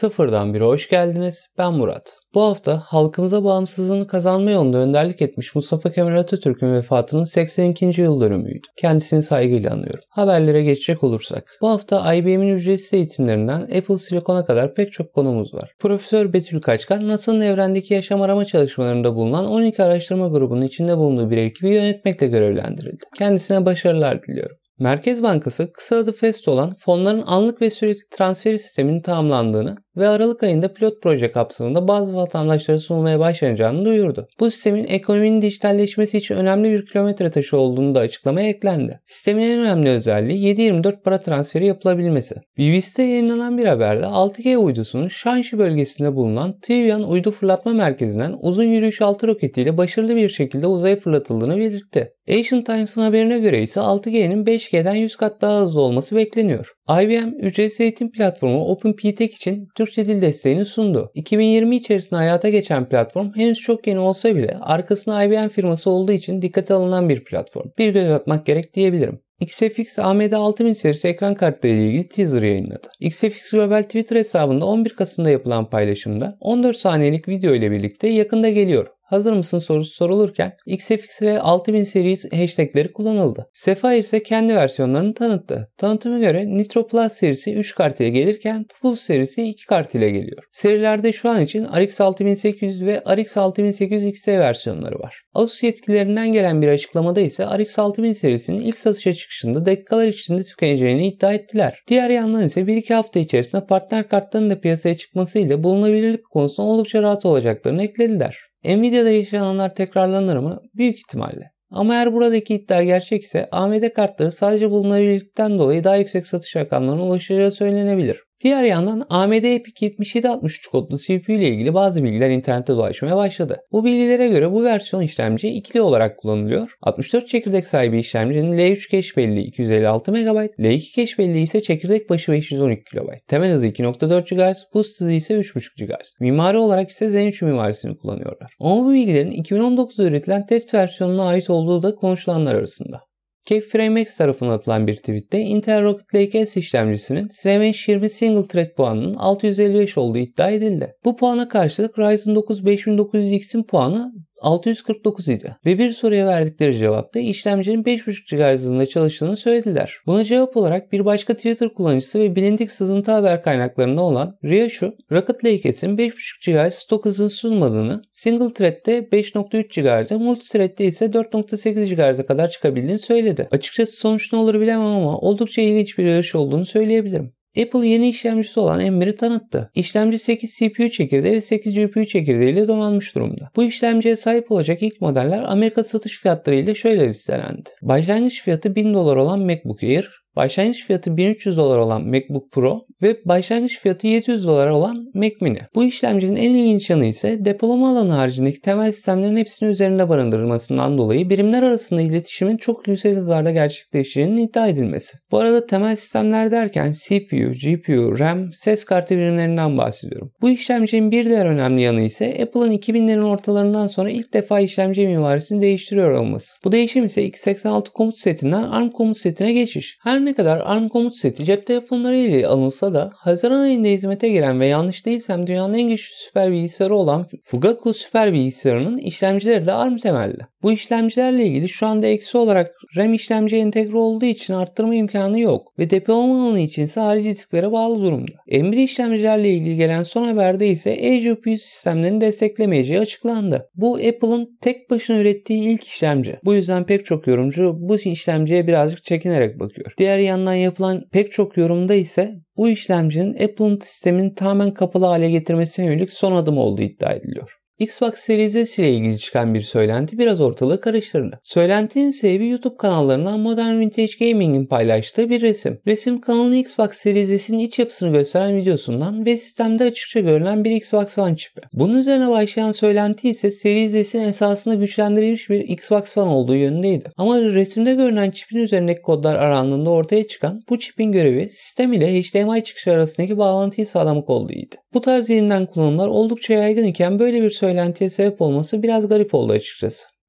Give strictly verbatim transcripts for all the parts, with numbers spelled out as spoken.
Sıfırdan bire hoş geldiniz. Ben Murat. Bu hafta halkımıza bağımsızlığını kazanma yolunda önderlik etmiş Mustafa Kemal Atatürk'ün vefatının seksen ikinci yıl dönümüydü. Kendisini saygıyla anıyorum. Haberlere geçecek olursak, bu hafta I B M'in ücretsiz eğitimlerinden Apple Silicon'a kadar pek çok konumuz var. Profesör Betül Kaçkar, NASA'nın evrendeki yaşam arama çalışmalarında bulunan on iki araştırma grubunun içinde bulunduğu bir ekibi yönetmekle görevlendirildi. Kendisine başarılar diliyorum. Merkez Bankası, kısa adı FEST olan fonların anlık ve sürekli transferi sisteminin tamamlandığını ve Aralık ayında pilot proje kapsamında bazı vatandaşlara sunulmaya başlanacağını duyurdu. Bu sistemin ekonominin dijitalleşmesi için önemli bir kilometre taşı olduğunu da açıklamaya eklendi. Sistemin en önemli özelliği yedi yirmi dört para transferi yapılabilmesi. B B C'de yayınlanan bir haberde altı G uydusunun Şanşi bölgesinde bulunan Tianwen uydu fırlatma merkezinden uzun yürüyüş altı roketiyle başarılı bir şekilde uzaya fırlatıldığını belirtti. Asian Times'ın haberine göre ise altı G'nin beş G'den yüz kat daha hızlı olması bekleniyor. I B M, ücretsiz eğitim platformu OpenPTech için Türkçe dil desteğini sundu. iki bin yirmi içerisinde hayata geçen platform henüz çok yeni olsa bile arkasında I B M firması olduğu için dikkate alınan bir platform. Bir göz atmak gerek diyebilirim. X F X A M D altı bin serisi ekran kartları ile ilgili teaser yayınladı. X F X Global Twitter hesabında on bir Kasım'da yapılan paylaşımda on dört saniyelik video ile birlikte yakında geliyor, hazır mısın sorusu sorulurken X F X ve altı bin serisi hashtagleri kullanıldı. Sapphire ise kendi versiyonlarını tanıttı. Tanıtıma göre Nitro Plus serisi üç kart ile gelirken Pulse serisi iki kart ile geliyor. Serilerde şu an için R X altı bin sekiz yüz ve R X altı bin sekiz yüz X E versiyonları var. Asus yetkililerinden gelen bir açıklamada ise R X altı bin serisinin ilk satışa çıkışında dakikalar içinde tükeneceğini iddia ettiler. Diğer yandan ise bir iki hafta içerisinde partner kartların da piyasaya çıkmasıyla bulunabilirlik konusunda oldukça rahat olacaklarını eklediler. Nvidia'da yaşananlar tekrarlanır mı? Büyük ihtimalle. Ama eğer buradaki iddia gerçekse A M D kartları sadece bulunabilirlikten dolayı daha yüksek satış rakamlarına ulaşacağı söylenebilir. Diğer yandan A M D EPYC yetmiş yedi altmış üç kodlu C P U ile ilgili bazı bilgiler internette dolaşmaya başladı. Bu bilgilere göre bu versiyon işlemci ikili olarak kullanılıyor. altmış dört çekirdek sahibi işlemcinin L üç cache belleği iki yüz elli altı megabayt, L iki cache belleği ise çekirdek başı beş yüz on iki kilobayt. Temel hızı iki nokta dört gigahertz, boost hızı ise üç buçuk gigahertz. Mimari olarak ise Zen üç mimarisini kullanıyorlar. Ama bu bilgilerin iki bin on dokuzda üretilen test versiyonuna ait olduğu da konuşulanlar arasında. CakeFrameX tarafından atılan bir tweette Intel Rocket Lake S işlemcisinin Cinebench yirmi single thread puanının altı yüz elli beş olduğu iddia edildi. Bu puana karşılık Ryzen dokuz beş bin dokuz yüz X'in puanı altı yüz kırk dokuz idi ve bir soruya verdikleri cevapta işlemcinin beş buçuk gigahertz hızında çalıştığını söylediler. Buna cevap olarak bir başka Twitter kullanıcısı ve bilindik sızıntı haber kaynaklarında olan Ryoshu, Rocket Lake S'in beş buçuk gigahertz stok hızını sunmadığını, single thread'de beş nokta üç gigahertz'e, multithread'de ise dört nokta sekiz gigahertz'e kadar çıkabildiğini söyledi. Açıkçası sonuç ne olur bilemem ama oldukça ilginç bir yarış olduğunu söyleyebilirim. Apple yeni işlemcisi olan M bir'i tanıttı. İşlemci sekiz C P U çekirdeği ve sekiz G P U çekirdeği ile donanmış durumda. Bu işlemciye sahip olacak ilk modeller Amerika satış fiyatları ile şöyle listelendi. Başlangıç fiyatı bin dolar olan MacBook Air, başlangıç fiyatı bin üç yüz dolar olan MacBook Pro ve başlangıç fiyatı yedi yüz dolar olan Mac Mini. Bu işlemcinin en ilginç yanı ise depolama alanı haricindeki temel sistemlerin hepsini üzerinde barındırılmasından dolayı birimler arasında iletişimin çok yüksek hızlarda gerçekleşeceğinin iddia edilmesi. Bu arada temel sistemler derken C P U, G P U, RAM, ses kartı birimlerinden bahsediyorum. Bu işlemcinin bir diğer önemli yanı ise Apple'ın iki binlerin ortalarından sonra ilk defa işlemci mimarisini değiştiriyor olması. Bu değişim ise x seksen altı komut setinden ARM komut setine geçiş. Her ne kadar ARM komut seti cep telefonları ile alınsa da Haziran ayında hizmete giren ve yanlış değilsem dünyanın en güçlü süper bilgisayarı olan Fugaku süper bilgisayarının işlemcileri de ARM temelli. Bu işlemcilerle ilgili şu anda eksi olarak RAM işlemciye entegre olduğu için arttırma imkanı yok ve depolama alanı için ise harici disklere bağlı durumda. M bir işlemcilerle ilgili gelen son haberde ise eGPU sistemlerini desteklemeyeceği açıklandı. Bu Apple'ın tek başına ürettiği ilk işlemci. Bu yüzden pek çok yorumcu bu işlemciye birazcık çekinerek bakıyor. Diğer yandan yapılan pek çok yorumda ise bu işlemcinin Apple'ın sistemini tamamen kapalı hale getirmesine yönelik son adım olduğu iddia ediliyor. Xbox Series S ile ilgili çıkan bir söylenti biraz ortalığı karıştırdı. Söylentinin sebebi YouTube kanallarından Modern Vintage Gaming'in paylaştığı bir resim. Resim kanalın Xbox Series S'in iç yapısını gösteren videosundan ve sistemde açıkça görülen bir Xbox One çipi. Bunun üzerine başlayan söylenti ise Series S'in esasında güçlendirilmiş bir Xbox One olduğu yönündeydi. Ama resimde görünen çipin üzerindeki kodlar arandığında ortaya çıkan bu çipin görevi sistem ile H D M I çıkışı arasındaki bağlantıyı sağlamak olduğuydu. Bu tarz yeniden kullanımlar oldukça yaygın iken böyle bir söylentiye sebep olması biraz garip oldu açıkçası.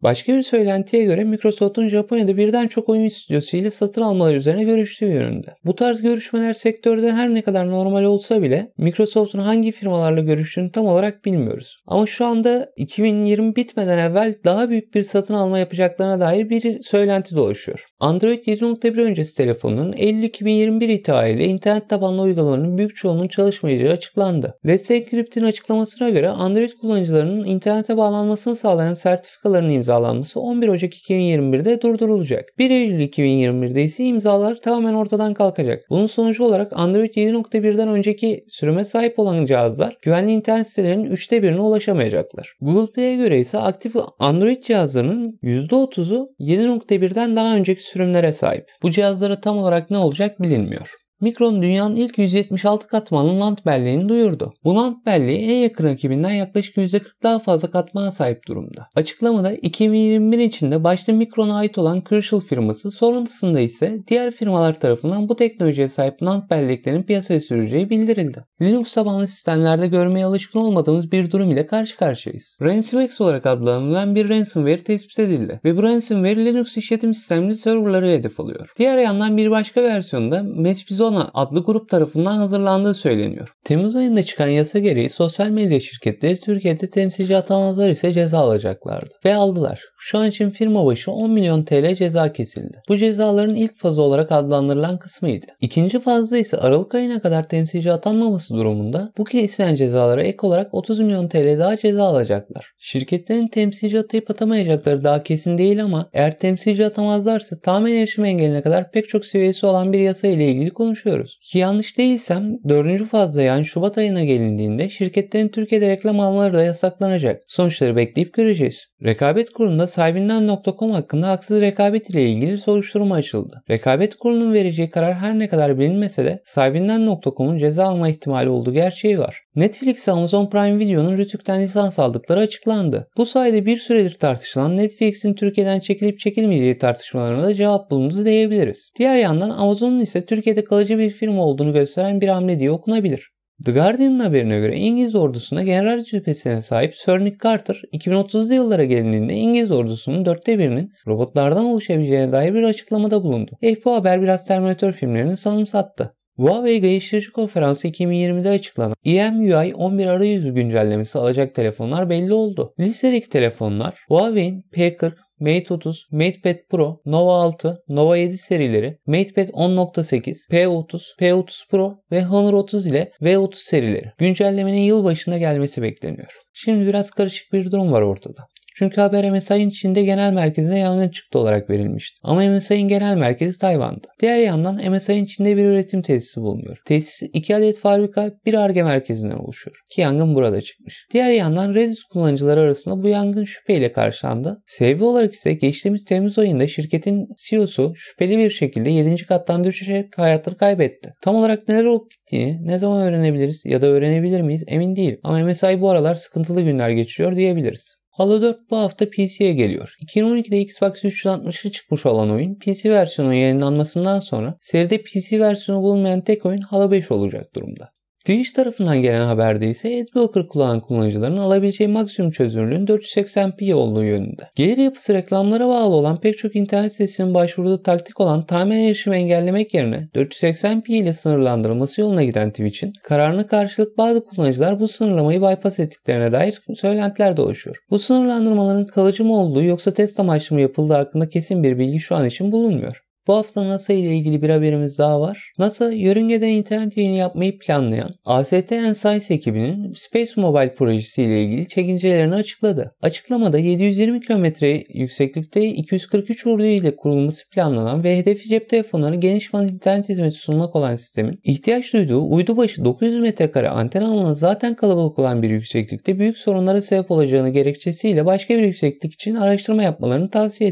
Başka bir söylentiye göre Microsoft'un Japonya'da birden çok oyun stüdyosu ile satın almaları üzerine görüştüğü yönünde. Bu tarz görüşmeler sektörde her ne kadar normal olsa bile Microsoft'un hangi firmalarla görüştüğünü tam olarak bilmiyoruz. Ama şu anda iki bin yirmi bitmeden evvel daha büyük bir satın alma yapacaklarına dair bir söylenti dolaşıyor. Android yedi nokta bir öncesi telefonun Eylül iki bin yirmi bir itibariyle internet tabanlı uygulamaların büyük çoğunun çalışmayacağı açıklandı. Let's Encrypt'in açıklamasına göre Android kullanıcılarının internete bağlanmasını sağlayan sertifikaların imzalanması on bir Ocak iki bin yirmi birde durdurulacak. bir Eylül iki bin yirmi birde ise imzalar tamamen ortadan kalkacak. Bunun sonucu olarak Android yedi nokta birden önceki sürüme sahip olan cihazlar güvenli internet sitelerinin üçte birine ulaşamayacaklar. Google Play'e göre ise aktif Android cihazlarının yüzde otuzu yedi nokta birden daha önceki sürümlere sahip. Bu cihazlara tam olarak ne olacak bilinmiyor. Micron dünyanın ilk yüz yetmiş altı katmanlı N A N D belleğini duyurdu. Bu N A N D belleği en yakın rakibinden yaklaşık yüzde kırk daha fazla katmana sahip durumda. Açıklamada iki bin yirmi bir içinde başta Micron'a ait olan Crucial firması, sonrasında ise diğer firmalar tarafından bu teknolojiye sahip N A N D belleklerin piyasaya sürüleceği bildirildi. Linux tabanlı sistemlerde görmeye alışkın olmadığımız bir durum ile karşı karşıyayız. RandomX olarak adlandırılan bir ransomware tespit edildi ve bu ransomware Linux işletim sistemli serverları hedef alıyor. Diğer yandan bir başka versiyonda Mespizona adlı grup tarafından hazırlandığı söyleniyor. Temmuz ayında çıkan yasa gereği sosyal medya şirketleri Türkiye'de temsilci atamazlar ise ceza alacaklardı. Ve aldılar. Şu an için firma başı on milyon T L ceza kesildi. Bu cezaların ilk fazı olarak adlandırılan kısmıydı. İkinci fazda ise Aralık ayına kadar temsilci atanmaması durumunda bu kesilen cezalara ek olarak otuz milyon T L daha ceza alacaklar. Şirketlerin temsilci atayıp atamayacakları daha kesin değil ama eğer temsilci atamazlarsa tamamen erişim engeline kadar pek çok seviyesi olan bir yasa ile ilgili konuşuyoruz. Ki yanlış değilsem dördüncü fazda yani Şubat ayına gelindiğinde şirketlerin Türkiye'de reklam almaları da yasaklanacak. Sonuçları bekleyip göreceğiz. Rekabet Kurulu'nda sahibinden nokta com hakkında haksız rekabet ile ilgili soruşturma açıldı. Rekabet Kurulu'nun vereceği karar her ne kadar bilinmese de sahibinden nokta com'un ceza alma ihtimali olduğu gerçeği var. Netflix ve Amazon Prime Video'nun Rütük'ten lisans aldıkları açıklandı. Bu sayede bir süredir tartışılan Netflix'in Türkiye'den çekilip çekilmeyeceği tartışmalarına da cevap bulundu diyebiliriz. Diğer yandan Amazon'un ise Türkiye'de kalıcı bir firma olduğunu gösteren bir hamle diye okunabilir. The Guardian'ın haberine göre İngiliz ordusuna general rütbesine sahip Sir Nick Carter iki bin otuzlu yıllara gelindiğinde İngiliz ordusunun dörtte birinin robotlardan oluşabileceğine dair bir açıklamada bulundu. Eh bu haber biraz Terminator filmlerini sanımsattı. Huawei Geliştirici Konferansı iki bin yirmide açıklanan E M U I on bir arayüzü güncellemesi alacak telefonlar belli oldu. Listedeki telefonlar Huawei'in P kırk, Mate otuz, MatePad Pro, Nova altı, Nova yedi serileri, MatePad on nokta sekiz, P otuz, P otuz Pro ve Honor otuz ile V otuz serileri. Güncellemenin yıl başında gelmesi bekleniyor. Şimdi biraz karışık bir durum var ortada. Çünkü haber M S I'nin içinde genel merkezine yangın çıktı olarak verilmişti. Ama M S I'nin genel merkezi Tayvan'da. Diğer yandan M S I'nin içinde bir üretim tesisi bulunuyor. Tesis iki adet fabrika, bir Ar-Ge merkezinden oluşuyor. Ki yangın burada çıkmış. Diğer yandan Reddit kullanıcıları arasında bu yangın şüpheyle karşılandı. Sebebi olarak ise geçtiğimiz Temmuz ayında şirketin C E O'su şüpheli bir şekilde yedinci kattan düşerek hayatını kaybetti. Tam olarak neler olup bittiğini ne zaman öğrenebiliriz ya da öğrenebilir miyiz emin değilim. Ama M S I bu aralar sıkıntılı günler geçiriyor diyebiliriz. Halo dört bu hafta P C'ye geliyor. iki bin on ikide Xbox üç yüz altmış'a çıkmış olan oyun P C versiyonu yayınlanmasından sonra seride P C versiyonu bulunmayan tek oyun Halo beş olacak durumda. Twitch tarafından gelen haberde ise Adblocker kullanan kullanıcıların alabileceği maksimum çözünürlüğün dört yüz seksen p olduğu yönünde. Gelir yapısı reklamlara bağlı olan pek çok internet sitesinin başvurduğu taktik olan tamamen erişimi engellemek yerine dört yüz seksen p ile sınırlandırılması yoluna giden Twitch'in kararına karşılık bazı kullanıcılar bu sınırlamayı bypass ettiklerine dair söylentiler dolaşıyor. Bu sınırlandırmaların kalıcı mı olduğu yoksa test amaçlı mı yapıldığı hakkında kesin bir bilgi şu an için bulunmuyor. Bu hafta NASA ile ilgili bir haberimiz daha var. NASA, yörüngeden internet yayını yapmayı planlayan A S T and Science ekibinin Space Mobile projesi ile ilgili çekincelerini açıkladı. Açıklamada yedi yüz yirmi kilometre yükseklikte iki yüz kırk üç uydu ile kurulması planlanan ve hedefi cep telefonlarına geniş band internet hizmeti sunmak olan sistemin ihtiyaç duyduğu uydu başı dokuz yüz metrekare anten alanı zaten kalabalık olan bir yükseklikte büyük sorunlara sebep olacağını gerekçesiyle başka bir yükseklik için araştırma yapmalarını tavsiye etti.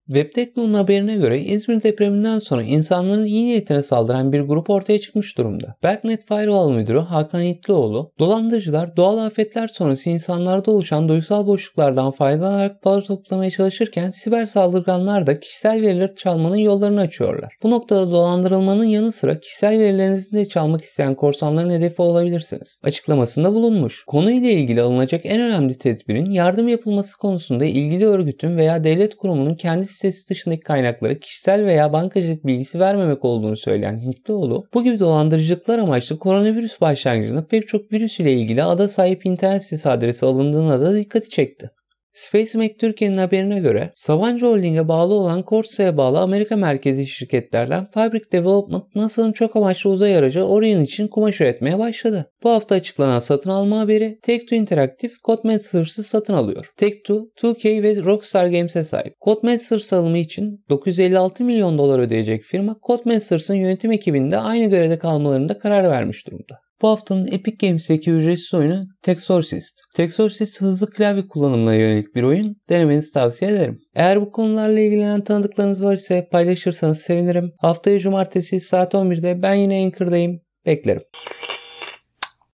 Webtekno'nun haberine göre İzmir depreminden sonra insanların iyi niyetine saldıran bir grup ortaya çıkmış durumda. Berknet Firewall Müdürü Hakan Yiğitlioğlu, dolandırıcılar doğal afetler sonrası insanlarda oluşan duygusal boşluklardan faydalanarak para toplamaya çalışırken siber saldırganlar da kişisel verileri çalmanın yollarını açıyorlar. Bu noktada dolandırılmanın yanı sıra kişisel verilerinizi de çalmak isteyen korsanların hedefi olabilirsiniz açıklamasında bulunmuş. Konuyla ilgili alınacak en önemli tedbirin yardım yapılması konusunda ilgili örgütün veya devlet kurumunun kendi sitesi dışındaki kaynaklara kişisel veya bankacılık bilgisi vermemek olduğunu söyleyen Hintloğlu, bu gibi dolandırıcılıklar amaçlı koronavirüs başlangıcında pek çok virüs ile ilgili ada sahip internet sitesi adresi alındığına da dikkati çekti. SpaceMac Türkiye'nin haberine göre Sabancı Holding'e bağlı olan Corsa'ya bağlı Amerika merkezli şirketlerden Fabric Development, NASA'nın çok amaçlı uzay aracı Orion için kumaş üretmeye başladı. Bu hafta açıklanan satın alma haberi Take-Two Interactive Codemasters'ı satın alıyor. Take-Two, iki K ve Rockstar Games'e sahip. Codemasters alımı için dokuz yüz elli altı milyon dolar ödeyecek firma, Codemasters'ın yönetim ekibinde aynı görevde kalmalarında karar vermiş durumda. Bu haftanın Epic Games'teki ücretsiz oyunu Texorcist. Texorcist hızlı klavye kullanımına yönelik bir oyun. Denemenizi tavsiye ederim. Eğer bu konularla ilgilenen tanıdıklarınız var ise paylaşırsanız sevinirim. Haftaya cumartesi saat on birde ben yine Anchor'dayım. Beklerim.